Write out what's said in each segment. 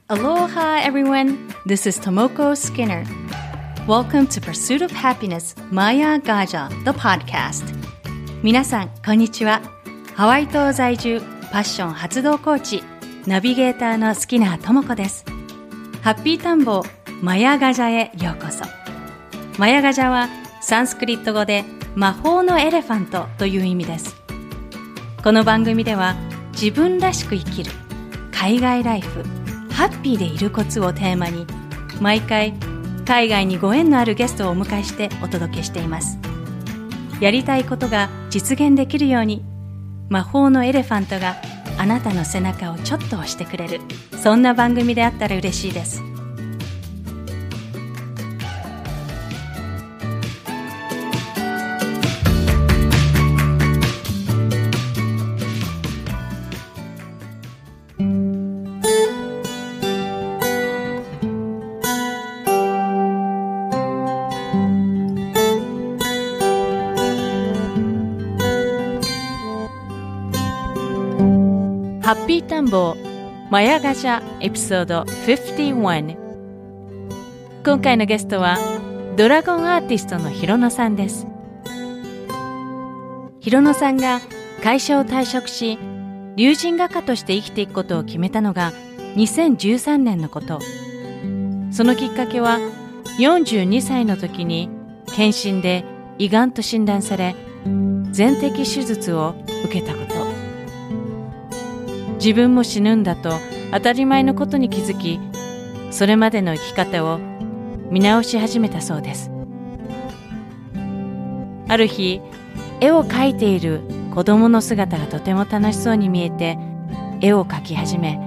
Aloha everyone, this is Tomoko Skinner. Welcome to Pursuit of Happiness Maya Gaja, the podcast. 皆さん、こんにちは。ハワイ島在住、パッション発動コーチ、ナビゲーターのスキナーともこです。ハッピータンボマヤガジャへようこそ。マヤガジャはサンスクリット語で魔法のエレファントという意味です。この番組では自分らしく生きる、海外ライフ、ハッピーでいるコツをテーマに毎回海外にご縁のあるゲストをお迎えしてお届けしています。やりたいことが実現できるように魔法のエレファントがあなたの背中をちょっと押してくれる、そんな番組であったら嬉しいです。ハッピータンボーマヤガジャエピソード51。今回のゲストはドラゴンアーティストのヒロノさんです。ヒロノさんが会社を退職し、龍神画家として生きていくことを決めたのが2013年のこと。そのきっかけは42歳の時に検診で胃がんと診断され、全摘手術を受けたこと。自分も死ぬんだと当たり前のことに気づき、それまでの生き方を見直し始めたそうです。ある日、絵を描いている子供の姿がとても楽しそうに見えて、絵を描き始め、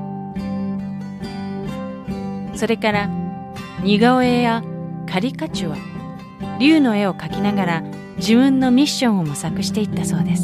それから似顔絵やカリカチュア、竜の絵を描きながら自分のミッションを模索していったそうです。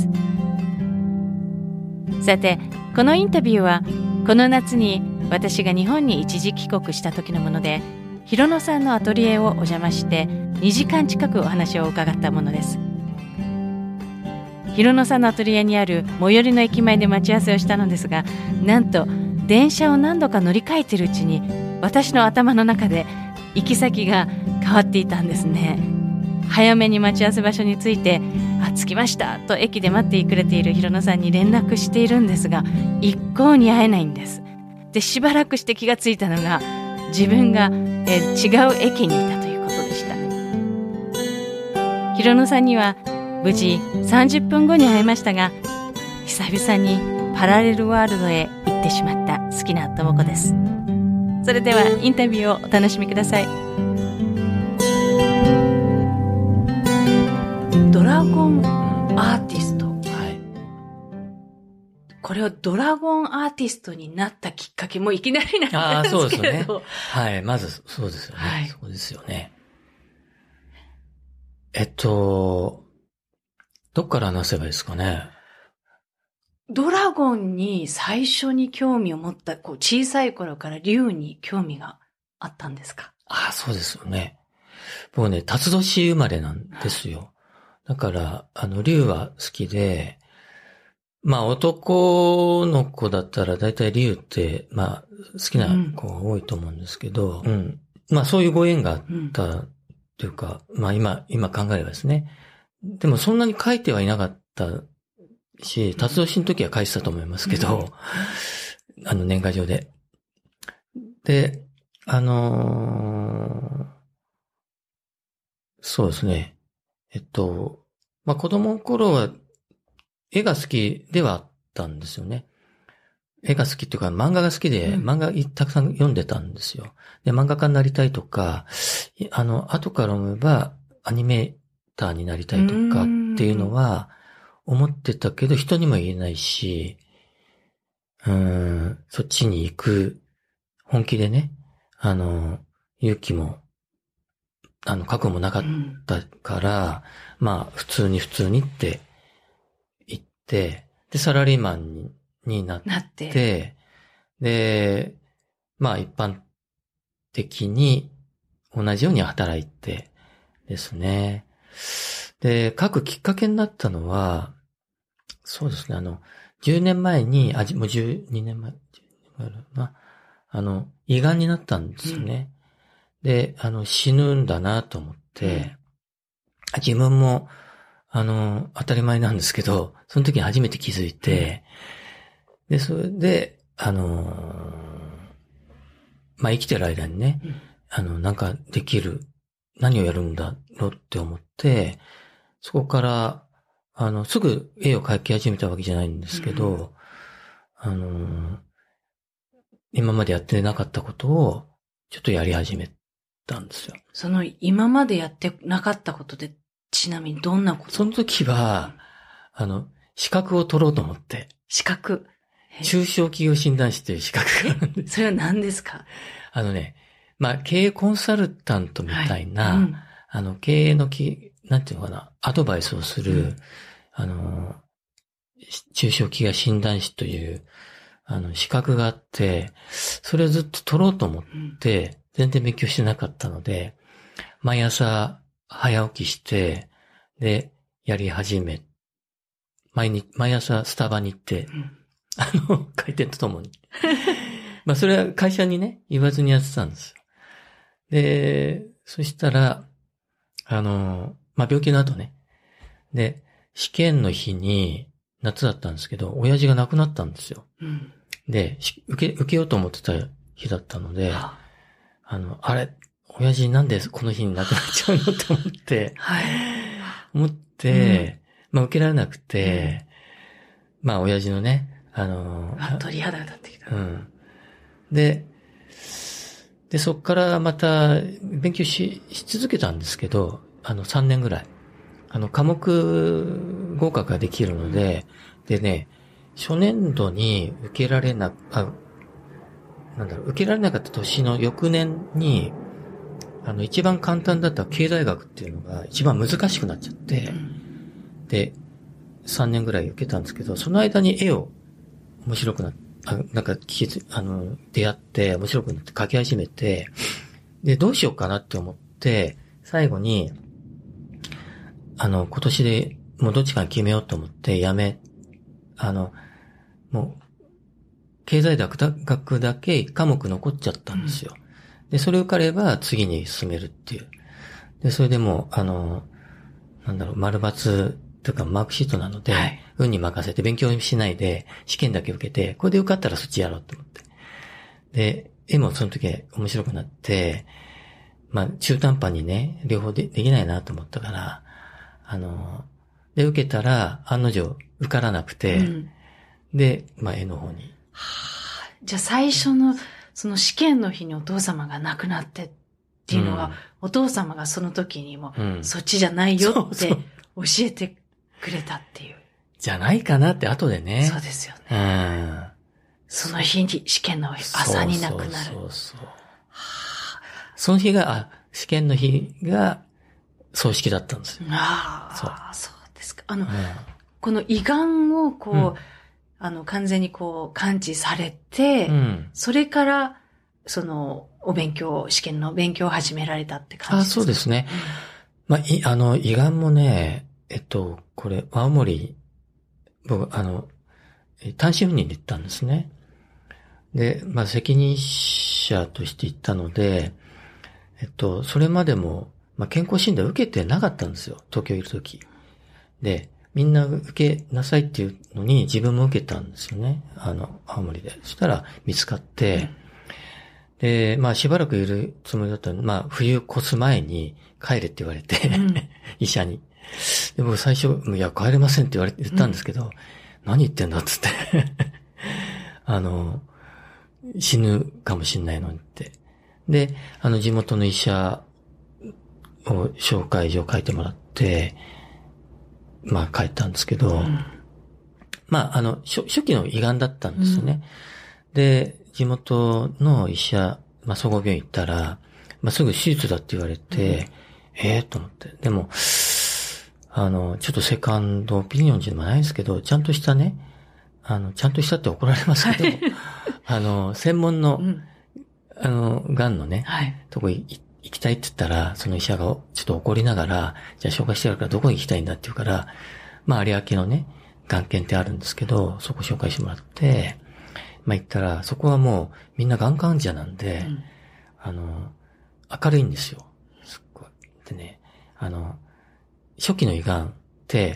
さて、このインタビューはこの夏に私が日本に一時帰国した時のもので、ヒロノさんのアトリエをお邪魔して2時間近くお話を伺ったものです。ヒロノさんのアトリエにある最寄りの駅前で待ち合わせをしたのですが、なんと電車を何度か乗り換えているうちに私の頭の中で行き先が変わっていたんですね。早めに待ち合わせ場所に着いて、着きましたと駅で待ってくれているヒロノさんに連絡しているんですが、一向に会えないんです。で、しばらくして気がついたのが、自分が違う駅にいたということでした。ヒロノさんには無事30分後に会えましたが、久々にパラレルワールドへ行ってしまった好きなともこです。それではインタビューをお楽しみください。ドラゴンアーティスト、はい、これはドラゴンアーティストになったきっかけもいきなりなんですけれど。そうですよね。 はい、まずそうですよね。はい、そうですよね。どっから話せばいいですかね。 ドラゴンに最初に興味を持った、小さい頃から竜に興味があったんですか？ そうですよね。僕ね、辰年生まれなんですよ。だから、竜は好きで、男の子だったら大体竜って、好きな子が多いと思うんですけど、そういうご縁があったというか、今考えればですね。でもそんなに書いてはいなかったし、辰年の時は書いてたと思いますけど、年賀状で。で、そうですね。子供の頃は絵が好きではあったんですよね。絵が好きっていうか漫画が好きで、漫画たくさん読んでたんですよ。で、漫画家になりたいとか、後から思えばアニメーターになりたいとかっていうのは思ってたけど人にも言えないし、そっちに行く本気でね、勇気も覚悟もなかったから、普通にって言って、で、サラリーマンになって、で、一般的に同じように働いてですね。で、書くきっかけになったのは、そうですね、10年前に、もう12年前、12年前な。 胃がんになったんですよね。で、死ぬんだなと思って、自分も、当たり前なんですけど、その時に初めて気づいて、で、それで、生きてる間にね、なんかできる、何をやるんだろうって思って、そこから、すぐ絵を描き始めたわけじゃないんですけど、今までやってなかったことを、ちょっとやり始めたんですよ。 その、今までやってなかったことで、ちなみにどんなこと？ その時は、資格を取ろうと思って。 資格？ 中小企業診断士という資格があるんです。 それは何ですか？ 経営コンサルタントみたいな、経営のなんていうのかな、アドバイスをする、中小企業診断士という、資格があって、それをずっと取ろうと思って、全然勉強してなかったので、毎朝早起きして、で、やり始め、毎朝スタバに行って、開店とともに。それは会社にね、言わずにやってたんですよ。で、そしたら、病気の後ね。で、試験の日に、夏だったんですけど、親父が亡くなったんですよ。で、受けようと思ってた日だったので、あれ、親父なんでこの日に亡くなっちゃうのって思って、思って、受けられなくて、親父のね、 鳥肌が立ってきた。 で、そっからまた勉強し続けたんですけど、3年ぐらい。科目合格ができるので、でね、初年度に受けられなかった年の翌年に、一番簡単だった経済学っていうのが一番難しくなっちゃって、で、3年ぐらい受けたんですけど、その間に絵を面白くなって、出会って面白くなって描き始めて、で、どうしようかなって思って、最後に、今年でもうどっちかに決めようと思ってもう、経済学だけ科目残っちゃったんですよ。で、それ受かれば次に進めるっていう。で、それでも丸抜というかマークシートなので、運に任せて勉強しないで試験だけ受けて、これで受かったらそっちやろうと思って。で、絵もその時面白くなって、中途半端にね、両方できないなと思ったから、で、受けたら案の定受からなくて、で、絵の方に。 じゃあ最初の、その試験の日にお父様が亡くなってっていうのは、お父様がその時にも、そっちじゃないよって教えてくれたっていう。 じゃないかなって後でね。 そうですよね。その日に、試験の朝に亡くなる。 その日が、試験の日が、葬式だったんですよ。 そうですか。この胃がんを完全に完治されて、それから、試験の勉強を始められたって感じですか？ そうですね。胃がんもね、これ、青森、僕、単身赴任で行ったんですね。で、責任者として行ったので、それまでも、健康診断受けてなかったんですよ。東京いるとき。で、みんな受けなさいっていうのに自分も受けたんですよね。青森で。そしたら見つかって、で、しばらくいるつもりだったので、冬越す前に帰れって言われて、医者に。で、僕最初、いや、帰れませんって言ったんですけど、何言ってんだっつって。死ぬかもしんないのにって。で、地元の医者を紹介状書いてもらって、帰ったんですけど、初期の胃がんだったんですよね。で、地元の医者、総合病院行ったら、すぐ手術だって言われて、と思って。でも、ちょっとセカンドオピニオンじゃないですけど、ちゃんとしたね、ちゃんとしたって怒られますけど、専門の、がんのね、とこ行きたいって言ったら、その医者がちょっと怒りながら、じゃあ紹介してやるからどこに行きたいんだって言うから、有明のね、がん検ってあるんですけど、そこ紹介してもらって、 まあ行ったら、そこはもうみんながん患者なんで、明るいんですよ。すっごい。でね、初期の胃がんって、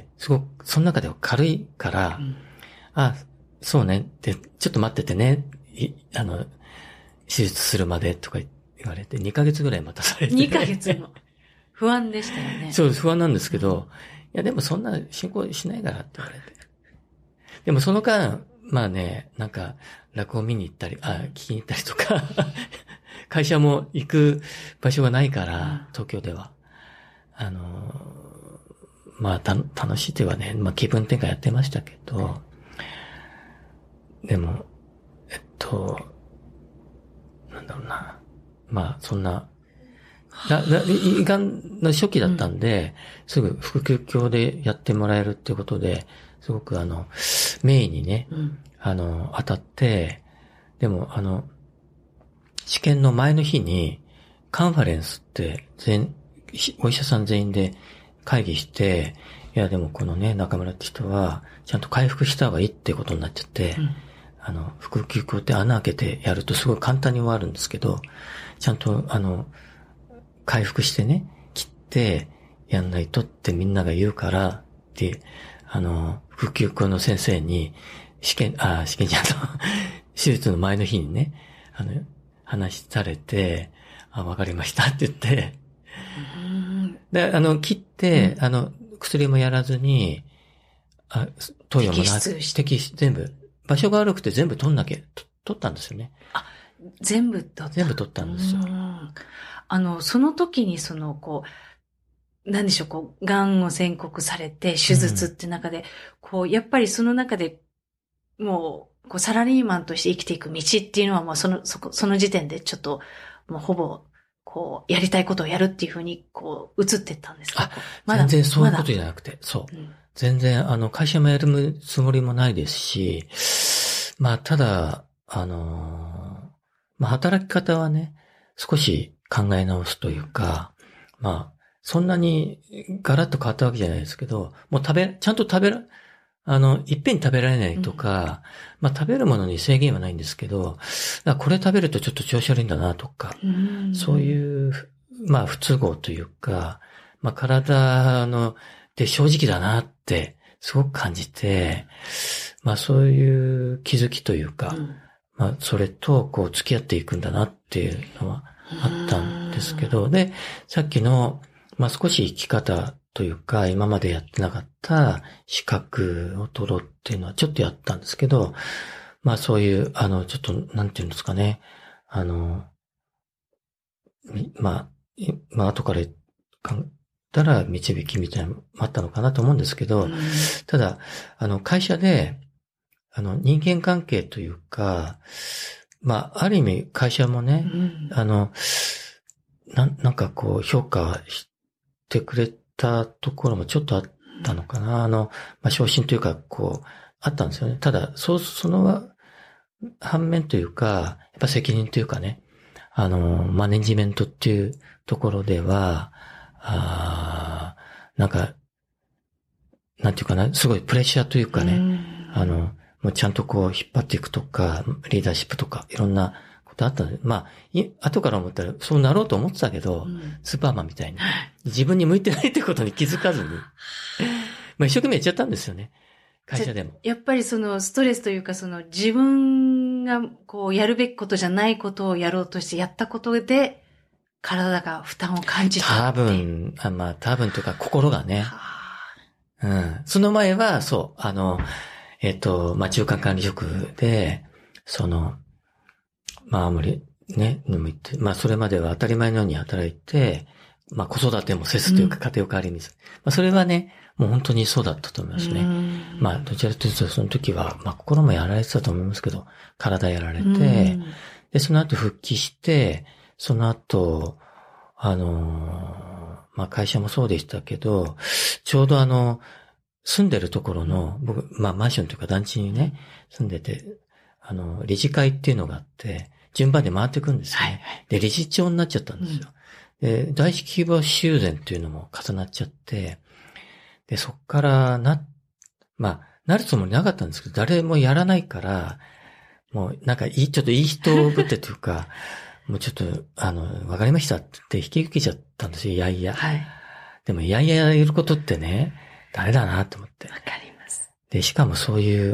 すごく、その中では軽いから、あ、そうねって、ちょっと待っててね、手術するまでとか言われて、2ヶ月ぐらい待たされて。 2ヶ月も。不安でしたよね。 そうです、不安なんですけど、いやでもそんな進行しないからって言われて。でもその間、まあね、なんか、落語見に行ったり、聞きに行ったりとか、会社も行く場所がないから、東京では。まあ、楽しいというかね、まあ気分転換やってましたけど、でも、なんだろうな。まあ、そんな、胃がんの初期だったんで、すぐ腹腔鏡でやってもらえるっていうことで、すごく名医にね、当たって、でも試験の前の日に、カンファレンスってお医者さん全員で会議して、いやでもこのね、中村って人は、ちゃんと回復した方がいいってことになっちゃって、腹腔鏡って穴開けてやるとすごい簡単に終わるんですけど、ちゃんと回復してね、切ってやんないとってみんなが言うからって、腹腔鏡の先生に、試験じゃ手術の前の日にね、話されて、わかりましたって言って、で、切って、薬もやらずに、投与もなく、全部、場所が悪くて全部取ったんですよね。 全部取ったんですよ。 その時に何でしょう、癌を宣告されて、手術って中で、やっぱりその中で、もう、サラリーマンとして生きていく道っていうのはもうその時点でちょっと、もうほぼ、やりたいことをやるっていうふうに、移っていったんですか？ 全然そういうことじゃなくて、そう。全然、会社もやるつもりもないですし、まあ、ただ、まあ、働き方はね、少し考え直すというか、まあ、そんなにガラッと変わったわけじゃないですけど、もうちゃんといっぺんに食べられないとか、まあ食べるものに制限はないんですけど、これ食べるとちょっと調子悪いんだなとか、そういう、まあ不都合というか、まあ体で正直だなってすごく感じて、まあそういう気づきというか、まあそれと付き合っていくんだなっていうのはあったんですけど、で、さっきの、まあ少し生き方というか、今までやってなかった資格を取ろうっていうのはちょっとやったんですけど、まあそういう、ちょっと、なんていうんですかね、まあ後から考えたら導きみたいなのもあったのかなと思うんですけど、ただ、会社で、人間関係というか、まあ、ある意味会社もね、なんか評価してくれたところもちょっとあったのかな。まあ、昇進というか、あったんですよね。ただ、その反面というか、やっぱ責任というかね、マネジメントっていうところでは、なんか、なんていうかな、すごいプレッシャーというかね、もうちゃんと引っ張っていくとか、リーダーシップとか、いろんなことあったので、まあ、後から思ったらそうなろうと思ってたけど、スーパーマンみたいに、自分に向いてないってことに気づかずに、まあ一生懸命やっちゃったんですよね。会社でも。 やっぱりストレスというか、自分がやるべきことじゃないことをやろうとしてやったことで、体が負担を感じたって。 多分というか心がね。その前は、そう、まあ、中間管理職で、まあ、あまりね、まあ、それまでは当たり前のように働いて、まあ、子育てもせずというか家庭を代わりにする。まあ、それはね、もう本当にそうだったと思いますね。まあ、どちらかというとその時は、まあ、心もやられてたと思いますけど、体やられて、で、その後復帰して、その後、まあ、会社もそうでしたけど、ちょうど住んでるところの、僕、まあ、マンションというか団地にね、住んでて、理事会っていうのがあって、順番で回っていくんですよね。で、理事長になっちゃったんですよ。で、大規模修繕っていうのも重なっちゃって、で、そっからまあ、なるつもりなかったんですけど、誰もやらないから、 もうなんかちょっといい人ぶってというか、もうちょっと、わかりましたって言って引き受けちゃったんですよ、いやいや。 はい。 でもいやいや言ることってね、ダメだなと思って。 わかります。 で、しかもそういう、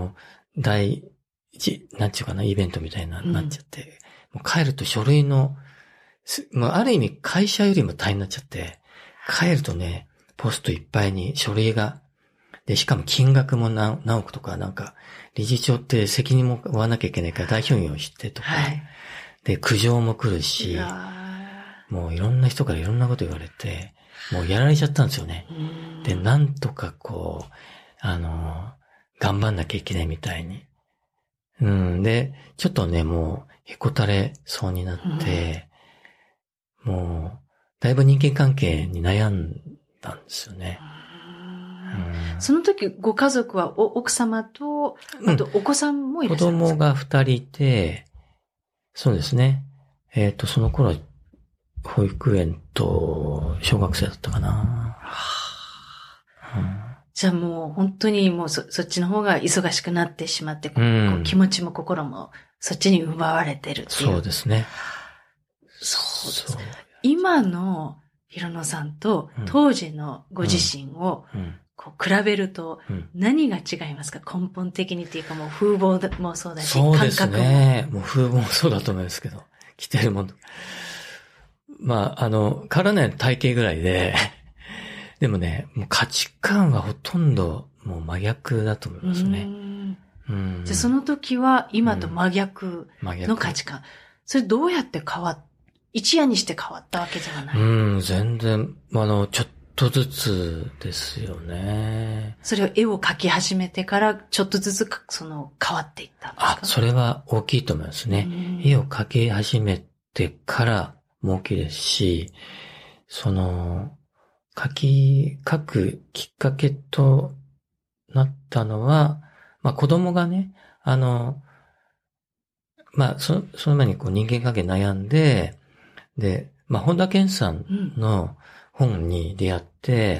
なんちゅうかな、イベントみたいな、なっちゃって、もう帰ると書類の、もうある意味会社よりも大変になっちゃって、帰るとね、ポストいっぱいに書類が、で、しかも金額も何億とか、なんか、理事長って責任も負わなきゃいけないから代表員をしてとか、はい、で、苦情も来るし、もういろんな人からいろんなこと言われて、もうやられちゃったんですよね。で、なんとかこう、頑張んなきゃいけないみたいに。で、ちょっとね、もう、へこたれそうになって、もう、だいぶ人間関係に悩んだんですよね。 その時、ご家族は奥様と、あとお子さんもいらっしゃるんですか？ 子供が2人いて、そうですね。その頃は、保育園と小学生だったかな。 じゃあもう本当にもうそっちの方が忙しくなってしまって、こう気持ちも心もそっちに奪われてるっていう。 そうですね。 そうです。今のひろのさんと当時のご自身をこう比べると何が違いますか？根本的にっていうかもう風貌もそうだし、 そうですね。もう風貌もそうだと思いますけど、着てるもの。まあ、変わらない体型ぐらいで、でもね、もう価値観はほとんどもう真逆だと思いますね。 じゃあその時は今と真逆の価値観。それどうやって一夜にして変わったわけじゃない？ 全然、ちょっとずつですよね。 それを絵を描き始めてからちょっとずつ変わっていったんですか？ それは大きいと思いますね。絵を描き始めてからも大きいですし、描くきっかけとなったのは、子供がね、その前に人間関係悩んで、で、本田健さんの本に出会って、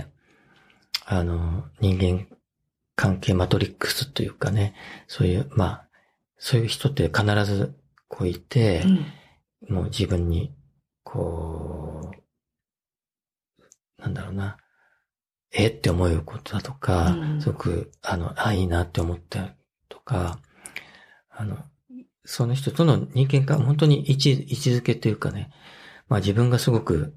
人間関係マトリックスというかね、そういう人って必ずいて、もう自分に、なんだろうな、って思うことだとか、すごく、いいなって思ったとか、その人との人間関係、本当に位置づけというかね、自分がすごく、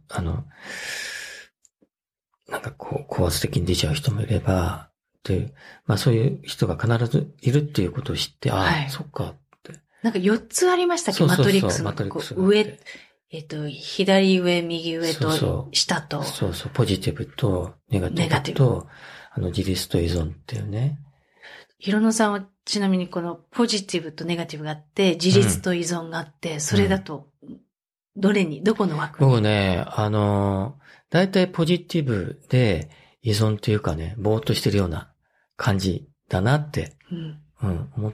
高圧的に出ちゃう人もいれば、で、そういう人が必ずいるっていうことを知って、そっかって。 なんか4つありましたっけ？マトリックスの。上、左上、右上と下と。 そう、ポジティブとネガティブと、自立と依存っていうね。 ひろのさんはちなみにこのポジティブとネガティブがあって、自立と依存があって、それだと、どこの枠に？ 僕ね、だいたいポジティブで依存っていうかね、ぼーっとしてるような感じだなって、思って、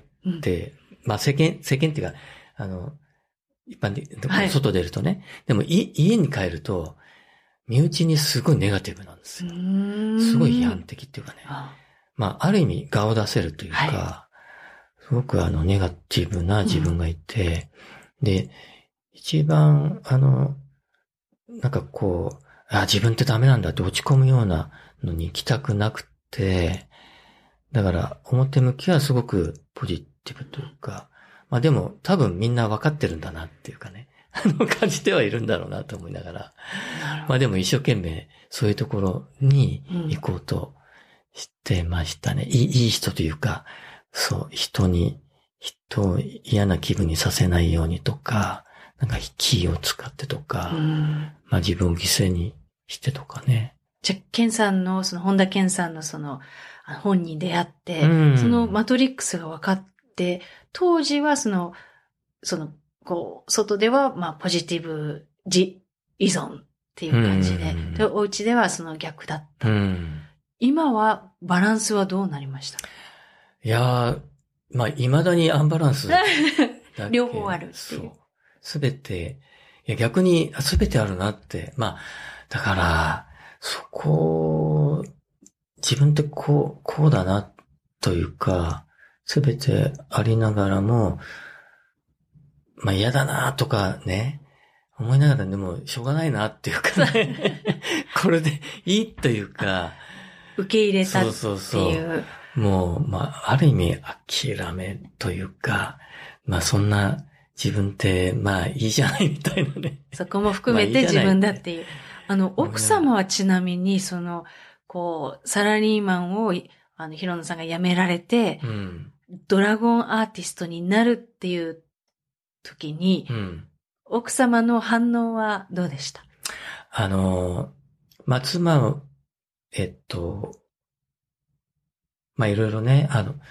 世間っていうか、一般的に、外出るとね、でも家に帰ると、身内にすごいネガティブなんですよ。すごい批判的っていうかね。ある意味、顔を出せるというか、すごくネガティブな自分がいて、で、一番、自分ってダメなんだって落ち込むようなのに行きたくなくて、だから表向きはすごくポジティブというか、でも多分みんな分かってるんだなっていうかね、感じてはいるんだろうなと思いながら、でも一生懸命そういうところに行こうとしてましたね。いい人というか、そう、人を嫌な気分にさせないようにとか、気を使ってとか、自分を犠牲にしてとかね。 じゃ、本田健さんの本に出会って、そのマトリックスが分かって、当時は外では、ポジティブ依存っていう感じで、で、お家では逆だった。今はバランスはどうなりました？ いやー、未だにアンバランスだけ。 両方あるっていう。 すべて、逆にすべてあるなって。だから、自分ってこうだなというか、 すべてありながらも、まあ嫌だなとかね、思いながらでもしょうがないなっていうかね、これでいいというか、 受け入れたっていう。 そう。もう、まあ、ある意味諦めというか、まあそんな自分ってまあいいじゃないみたいなね。 そこも含めて自分だっていう。奥様はちなみに、サラリーマンを、広野さんが辞められて、 うん、 ドラゴンアーティストになるっていう時に、 うん、 奥様の反応はどうでした？ まあ、妻を、まあ、いろいろね、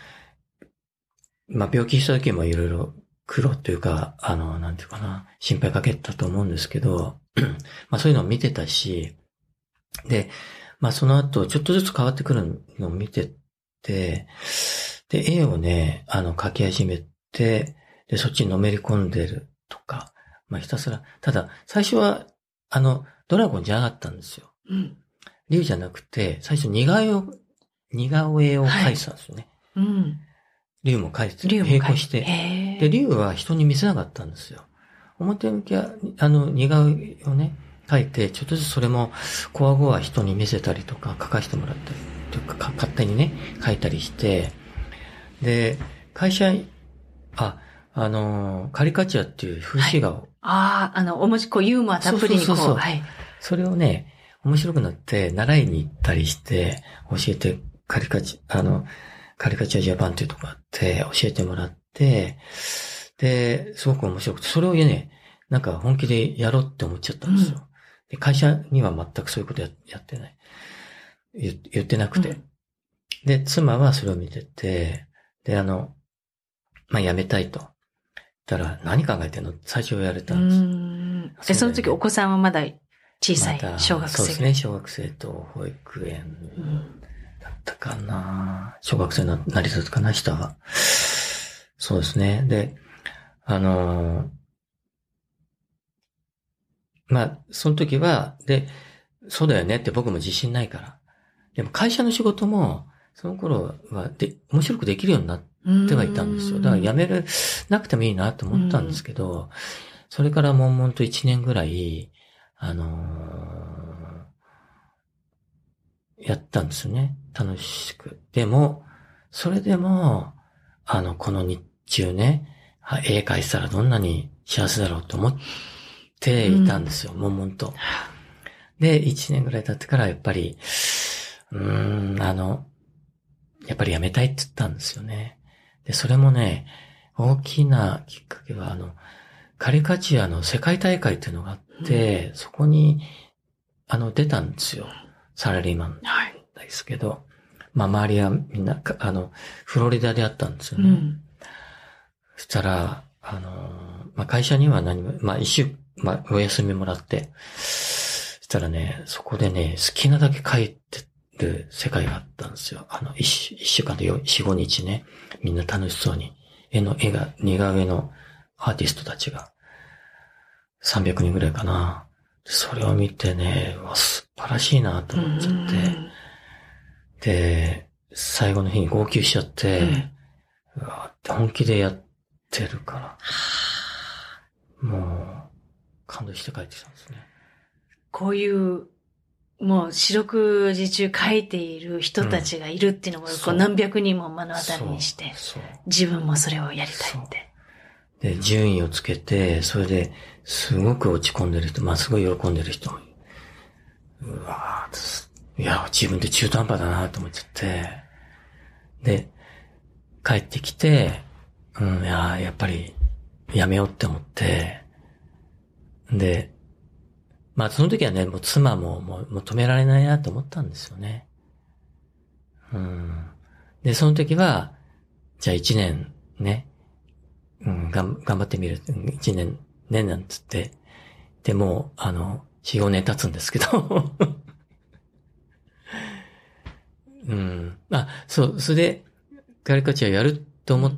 まあ、病気した時もいろいろ苦労というか、なんていうかな、心配かけたと思うんですけど、まあ、そういうのを見てたし、で、まあ、その後、ちょっとずつ変わってくるのを見てて、で、絵をね、描き始めて、で、そっちにのめり込んでるとか、まあ、ひたすら、ただ、最初は、ドラゴンじゃなかったんですよ。 うん。 竜じゃなくて、最初似顔絵を描いてたんですよね。 はい、うん。 竜も描いてた。並行して。で、竜は人に見せなかったんですよ。表向きは、似顔絵をね、描いて、ちょっとずつそれも、コア後は人に見せたりとか、描かせてもらったり、というか、勝手にね、描いたりして、で、会社、カリカチュアっていう風刺画を。 ユーモアたっぷりにそう。はい。それをね、面白くなって習いに行ったりして、教えて、カリカチュアジャパンっていうとこがあって、教えてもらって、で、すごく面白くて、それをね、なんか本気でやろうって思っちゃったんですよ。で、会社には全くそういうことやってない。言ってなくて。で、妻はそれを見てて、で、まあ、辞めたいと。だから、何考えてんの最初言われたんです。 で、その時お子さんはまだ小さい、小学生。 そうですね、小学生と保育園だったかな。小学生になりたてかな、下は。そうですね。で、まあ、その時は、で、そうだよねって僕も自信ないから。でも会社の仕事も、その頃は面白くできるようになってはいたんですよ。だから辞めなくてもいいなと思ったんですけど、それから悶々と1年ぐらい、やったんですよね。楽しく。でも、それでも、この日中ね、絵描いてたらどんなに幸せだろうと思っていたんですよ、悶々と。で、1年ぐらい経ってからやっぱり、やっぱりやめたいって言ったんですよね。で、それもね、大きなきっかけは、カリカチュアの世界大会っていうのがあって、そこに、出たんですよ。サラリーマンですけど、まあ、周りはみんな、フロリダであったんですよね。そしたら、まあ、会社にはまあ、まあ、お休みもらって、そしたらね、そこでね、好きなだけ書いてる世界があったんですよ。一週間で4、5日ね、みんな楽しそうに、似顔絵のアーティストたちが、300人ぐらいかな。それを見てね、素晴らしいなと思っちゃって、で、最後の日に号泣しちゃって、うわって本気でやってるから、もう、感動して帰ってきたんですね。 こういう、もう四六時中書いている人たちがいるっていうのも、こう何百人も目の当たりにして、自分もそれをやりたいって。 で、順位をつけて、それですごく落ち込んでる人、まあすごい喜んでる人も、うわぁ、いや、自分って中途半端だなと思っちゃって、で、帰ってきて、やっぱりやめようって思って、で、まあその時はね、もう妻も止められないなと思ったんですよね。で、その時は、じゃあ1年ね、頑張ってみる。1年ね、なんつって。で、もう、4、5年経つんですけど。そう、それで、カリカチュアやると思って、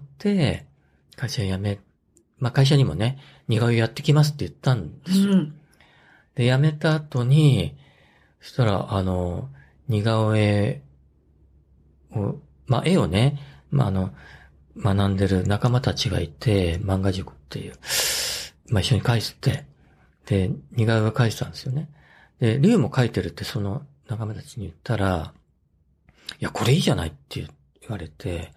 会社まあ会社にもね、似顔絵やってきますって言ったんですよ。で、辞めた後に、そしたら、似顔絵を、まあ絵をね、まあ学んでる仲間たちがいて、漫画塾っていう、まあ一緒に書いてて、で、似顔絵を書いてたんですよね。で、竜も書いてるってその仲間たちに言ったら、いや、これいいじゃないって言われて、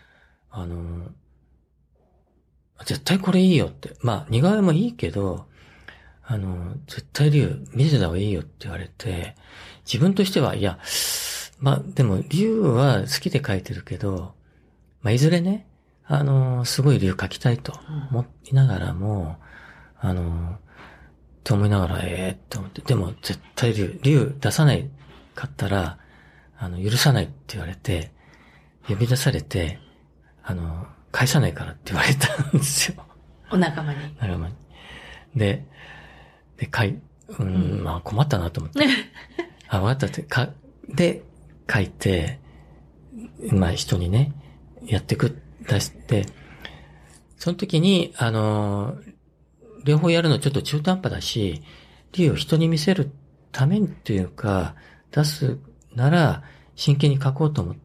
絶対これいいよって。まあ、似顔絵もいいけど、絶対竜見せた方がいいよって言われて、自分としては、いや、まあ、でも竜は好きで描いてるけど、まあ、いずれね、すごい竜描きたいと思いながらも、と思いながら、って思って、でも絶対竜出さないかったら、許さないって言われて、呼び出されて、返さないからって言われたんですよ。 お仲間に。 仲間に。で、まあ困ったなと思って。あ、わかったって、で、書いて、まあ人にね、出して、その時に、両方やるのちょっと中途半端だし、竜を人に見せるためにっていうか、出すなら真剣に書こうと思って、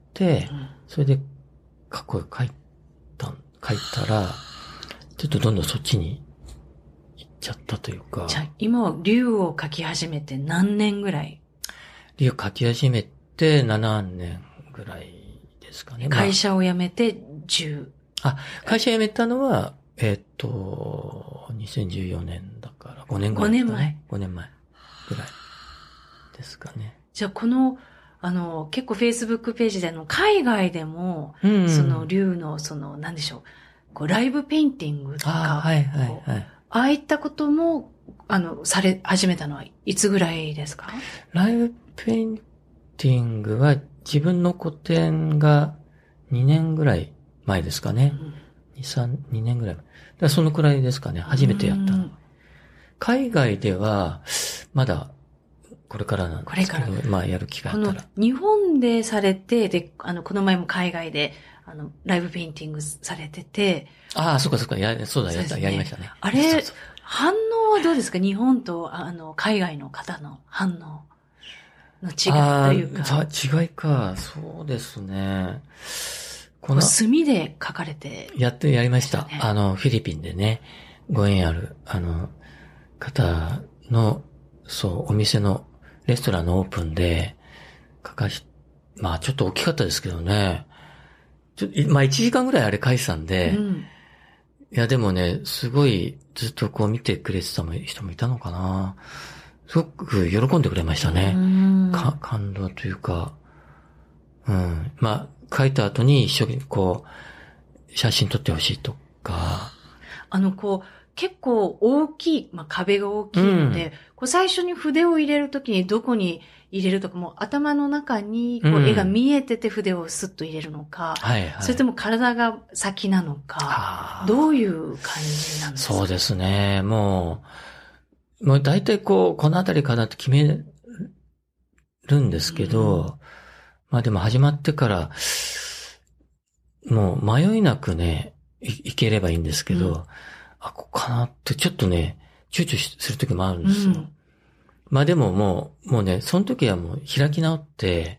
それで書いたら、ちょっとどんどんそっちに行っちゃったというか。 じゃあ今、竜を書き始めて何年ぐらい？ 竜を書き始めて7年ぐらいですかね。 会社を辞めて10。 会社辞めたのは、2014年だから5年ぐらい、ね。5年前ぐらいですかね。 じゃあこの、結構 Facebook ページで海外でも、その竜のなんでしょう、こうライブペインティングとか、 はい。 ああいったことも、され始めたのはいつぐらいですか？ ライブペインティングは自分の個展が2年ぐらい前ですかね。2年ぐらい前。だからそのくらいですかね。初めてやったの。海外では、まだ、これからなんですけど、まあやる機会あったら。 日本でされて、で、この前も海外で、ライブペインティングされてて。 そうか。そうだ、やりましたね。 あれ、反応はどうですか？日本と、海外の方の反応の違いというか。 違いか。そうですね。 墨で書かれて、 やりました。フィリピンでね、ご縁ある、方の、お店の、レストランのオープンで、まあちょっと大きかったですけどね。まあ1時間ぐらいあれ書いてたんで、いやでもね、すごいずっとこう見てくれてた人もいたのかな。すごく喜んでくれましたね。感動というか、まあ書いた後に一緒にこう、写真撮ってほしいとか。 結構大きい、まあ、壁が大きいので、最初に筆を入れるときにどこに入れるとか、もう頭の中に絵が見えてて筆をスッと入れるのか、それとも体が先なのか、どういう感じなんですか？ そうですね。もう大体このあたりかなって決めるんですけど、まあでも始まってから、もう迷いなくね、いければいいんですけど、ここかなってちょっとね、躊躇する時もあるんですよ。まあでももうね、その時はもう開き直って、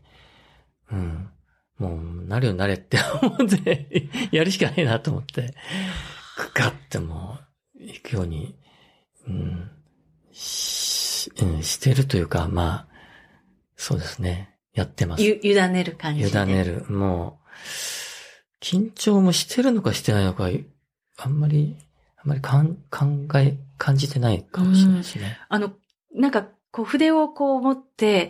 もうなるようになれって思ってやるしかないなと思って、ガッてもう行くように、してるというか、まあ、そうですね。やってます。 委ねる感じで。 委ねる。もう、緊張もしてるのかしてないのか、あんまり感じてないかもしれないですね。 なんか、筆を持って、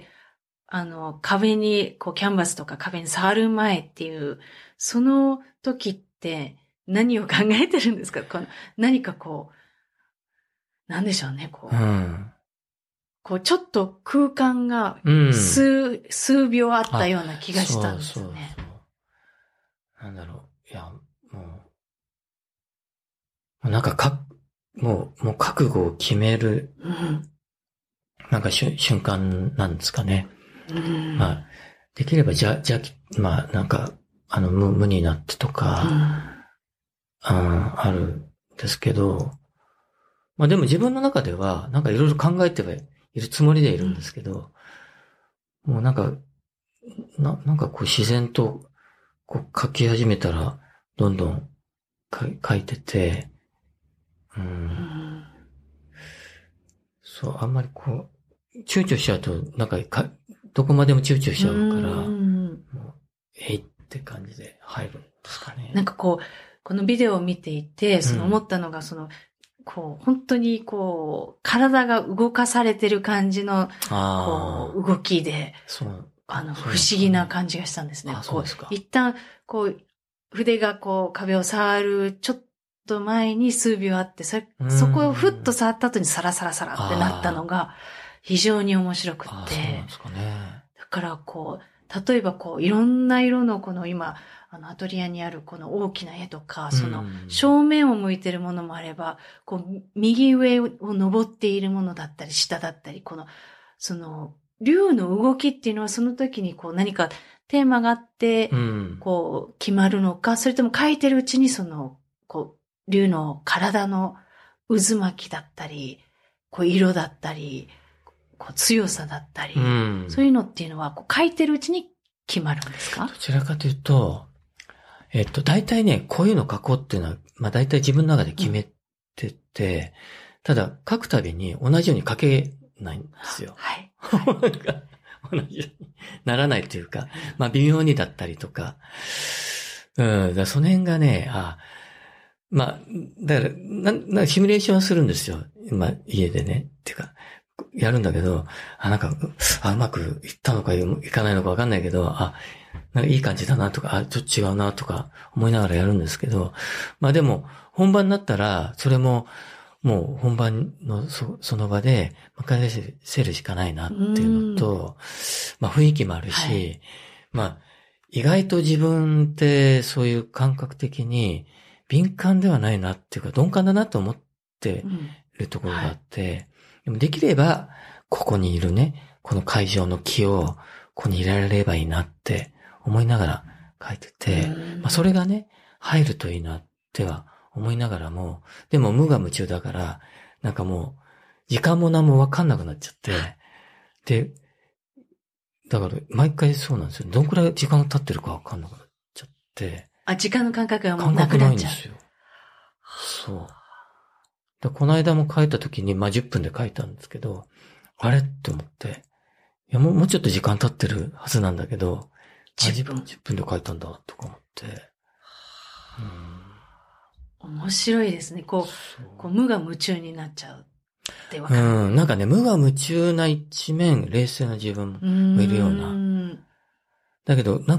壁に、キャンバスとか壁に触る前っていう、その時って何を考えてるんですか？何かなんでしょうね、ちょっと空間が数秒あったような気がしたんですよね。 なんだろう。いや、なんかもう覚悟を決める、なんか瞬間なんですかね。まあ、できればまあ、なんか、無になってとか、あるんですけど、まあでも自分の中では、なんかいろいろ考えてはいるつもりでいるんですけど、もうなんか自然と、書き始めたら、 どんどん書いてて、そう、あんまりこう、躊躇しちゃうと、なんかどこまでも躊躇しちゃうから、もう、って感じで入るんですかね。 なんかこのビデオを見ていて、思ったのが、本当に体が動かされてる感じの、動きで、不思議な感じがしたんですね。一旦、筆が壁を触るちょっと前に数秒あって、そこをふっと触った後にサラサラサラってなったのが、非常に面白くって。 そうなんですかね。 だから例えばいろんな色の今、アトリエにあるこの大きな絵とか、正面を向いてるものもあれば、右上を登っているものだったり、下だったり、竜の動きっていうのはその時に何かテーマがあって、決まるのか、それとも描いてるうちに竜の体の渦巻きだったり、色だったり、強さだったり、そういうのっていうのは描いてるうちに決まるんですか？ どちらかというと、大体ね、こういうの描こうっていうのは、大体自分の中で決めてて、ただ書くたびに同じように書けないんですよ。 はい。 同じようにならないというか、微妙にだったりとか。だその辺がね、だから、シミュレーションするんですよ。家でね。っていうか、やるんだけど、うまくいったのかいかないのかわかんないけど、なんかいい感じだなとか、ちょっと違うなとか思いながらやるんですけど、でも、本番になったら、それも、もう本番のその場で、返せるしかないなっていうのと、雰囲気もあるし、意外と自分ってそういう感覚的に敏感ではないなっていうか、鈍感だなと思ってるところがあって、でもできれば、ここにいるね、この会場の気を、ここに入れられればいいなって思いながら書いてて、それがね、入るといいなっては思いながらも、でも無我夢中だから、なんかもう、時間も何もわかんなくなっちゃって、で、だから毎回そうなんですよ。どんくらい時間が経ってるかわかんなくなっちゃって。 時間の感覚がもうなくなっちゃう。感覚ないんですよ。 そう。でこの間も書いた時に、10分で書いたんですけど、あれって思って、いやもうちょっと時間経ってるはずなんだけど、10分で書いたんだとか思って。 面白いですね。無我夢中になっちゃうってわかる。 なんかね、無我夢中な一面、冷静な自分もいるような。だけど、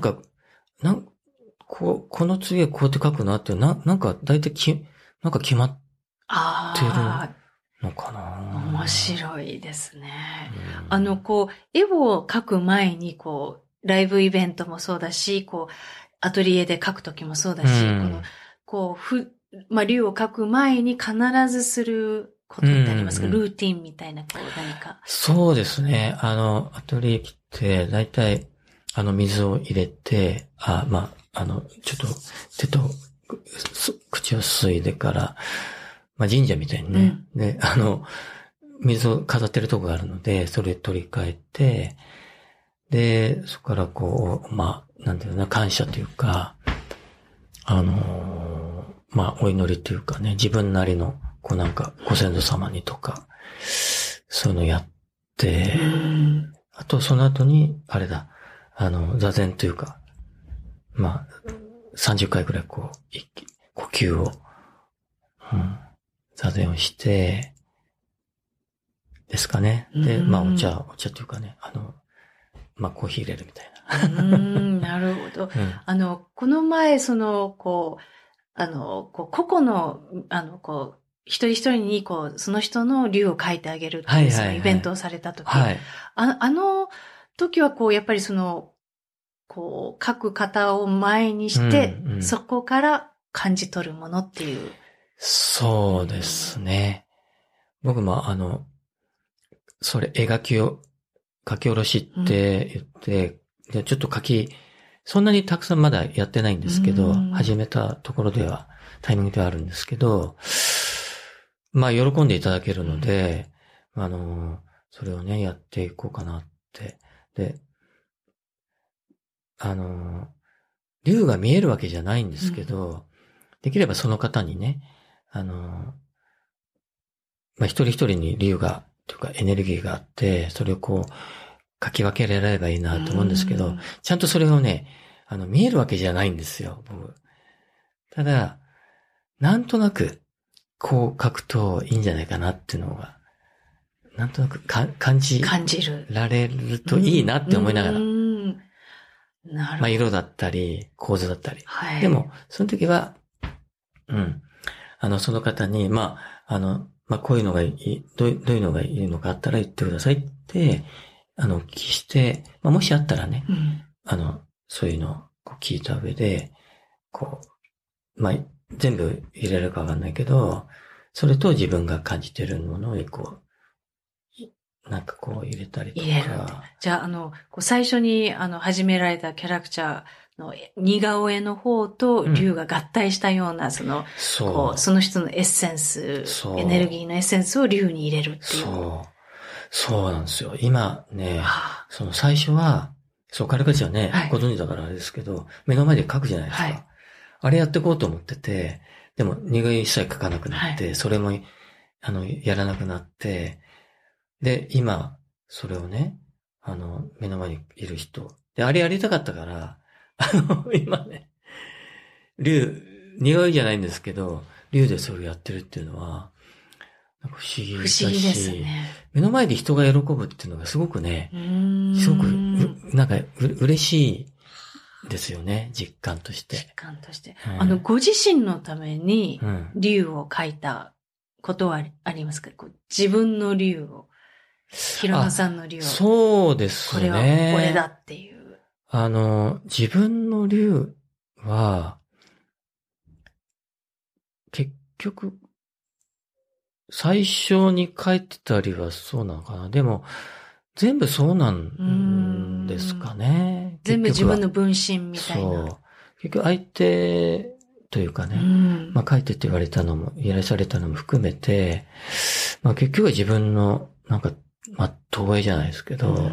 この次はこうやって書くなって、なんか大体なんか決まってるのかな。 面白いですね。絵を描く前に、ライブイベントもそうだし、アトリエで描くときもそうだし、竜を描く前に必ずすることってありますか？ルーティンみたいな、何か。 そうですね。アトリエ来て、だいたい、水を入れて、ちょっと、手と、口をすすいでから、神社みたいにね。で、水を飾ってるとこがあるので、それ取り替えて、で、そこからなんていうの、感謝というか、お祈りというかね、自分なりの、ご先祖様にとか、そういうのやって、あとその後に、座禅というか、30回くらい呼吸を、座禅をして、ですかね。で、お茶というかね、コーヒー入れるみたいな。 なるほど。この前、個々の、一人一人に、その人の竜を描いてあげるっていう、そのイベントをされたとき、あの時は、やっぱり描く方を前にして、そこから感じ取るものっていう。 そうですね。僕もそれ書き下ろしって言って、でちょっとそんなにたくさんまだやってないんですけど、始めたところでは、タイミングではあるんですけど、喜んでいただけるので、それをね、やっていこうかなって。で、 竜が見えるわけじゃないんですけど、できればその方にね、まあ、一人一人に竜が、というかエネルギーがあって、それをこう、書き分けられればいいなと思うんですけど、ちゃんとそれをね、見えるわけじゃないんですよ、僕。ただ、なんとなく、こう書くといいんじゃないかなっていうのが、なんとなく感じられるといいなって思いながら。 なるほど。 まあ、色だったり、構図だったり。 はい。 でも、その時は、その方に、まあ、こういうのがいい、どういうのがいいのかあったら言ってくださいって、お聞きして、まあ、もしあったらね、そういうのをこう聞いた上で、こう、まあ、全部入れるかわかんないけど、それと自分が感じてるものをこう、なんかこう入れたりとか。入れる。 じゃあ、最初に始められたキャラクターの似顔絵の方と竜が合体したような、その人のエッセンス、エネルギーのエッセンスを竜に入れるっていう。 そうなんですよ。今ね、その最初は、彼たちはね、ご存知だからあれですけど、目の前で描くじゃないですか。はい、あれやっていこうと思ってて、でも似顔絵一切描かなくなって、それも、やらなくなって、で、今、それをね、目の前にいる人。で、あれやりたかったから、今ね、似顔絵じゃないんですけど、竜でそれをやってるっていうのは、なんか不思議だし、 ですね。 目の前で人が喜ぶっていうのがすごくね、すごく、なんか嬉しいですよね、実感として。 実感として。ご自身のために竜を描いたことはありますか？自分の竜を。ひろのさんの竜を。 そうですね。 これは俺だっていう。 自分の竜は、結局、最初に書いてたりはそうなのかな。でも、全部そうなんですかね。 全部自分の分身みたいな。そう。 結局相手というかね、まあ書いてって言われたのも、依頼されたのも含めて、まあ結局は自分の、なんか、まあ、投影じゃないですけど、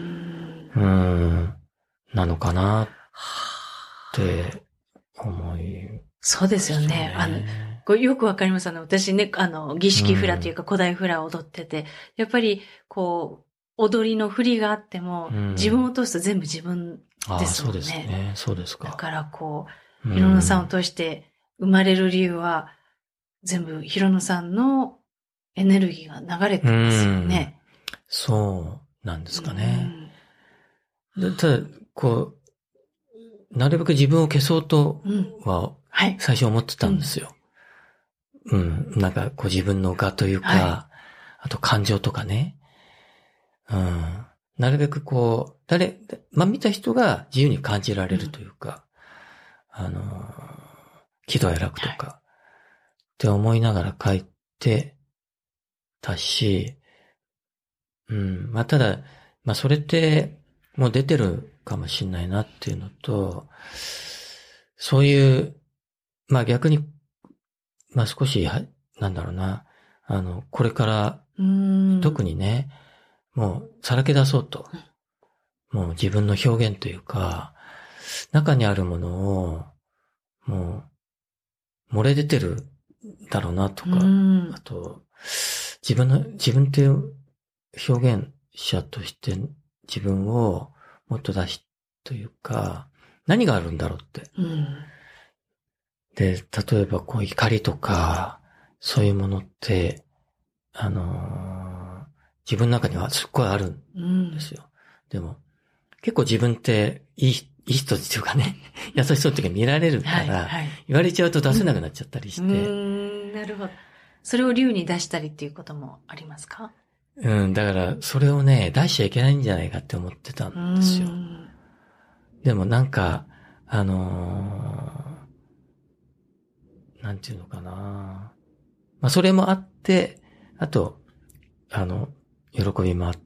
なのかなって思い。 そうですよね。よくわかります。私ね、儀式フラというか古代フラを踊ってて、やっぱり、こう、踊りの振りがあっても、自分を通すと全部自分ですもんね。そうですね。そうですか。 だからこう、ひろのさんを通して生まれる理由は、全部ひろのさんのエネルギーが流れてますよね。 そうなんですかね。ただ、こう、なるべく自分を消そうとは、最初思ってたんですよ。なんか、こう自分の我というか、あと感情とかね。なるべくこう、まあ、見た人が自由に感じられるというか、喜怒哀楽とか、って思いながら書いてたし、まあ、ただ、まあ、それって、もう出てるかもしれないなっていうのと、そういう、まあ、逆に、まあ、少し、なんだろうな、これから、特にね、もう、さらけ出そうと。もう自分の表現というか、中にあるものを、もう、漏れ出てるだろうなとか、あと、自分という表現者として自分をもっと出し、というか、何があるんだろうって。で、例えばこう怒りとか、そういうものって、自分の中にはすっごいあるんですよ。でも、結構自分っていい人っていうかね、優しそうっていうか見られるから、言われちゃうと出せなくなっちゃったりして。 なるほど。それを竜に出したりっていうこともありますか？ だから、それをね、出しちゃいけないんじゃないかって思ってたんですよ。でもなんか、なんていうのかな。まあ、それもあって、あと、喜びもあって、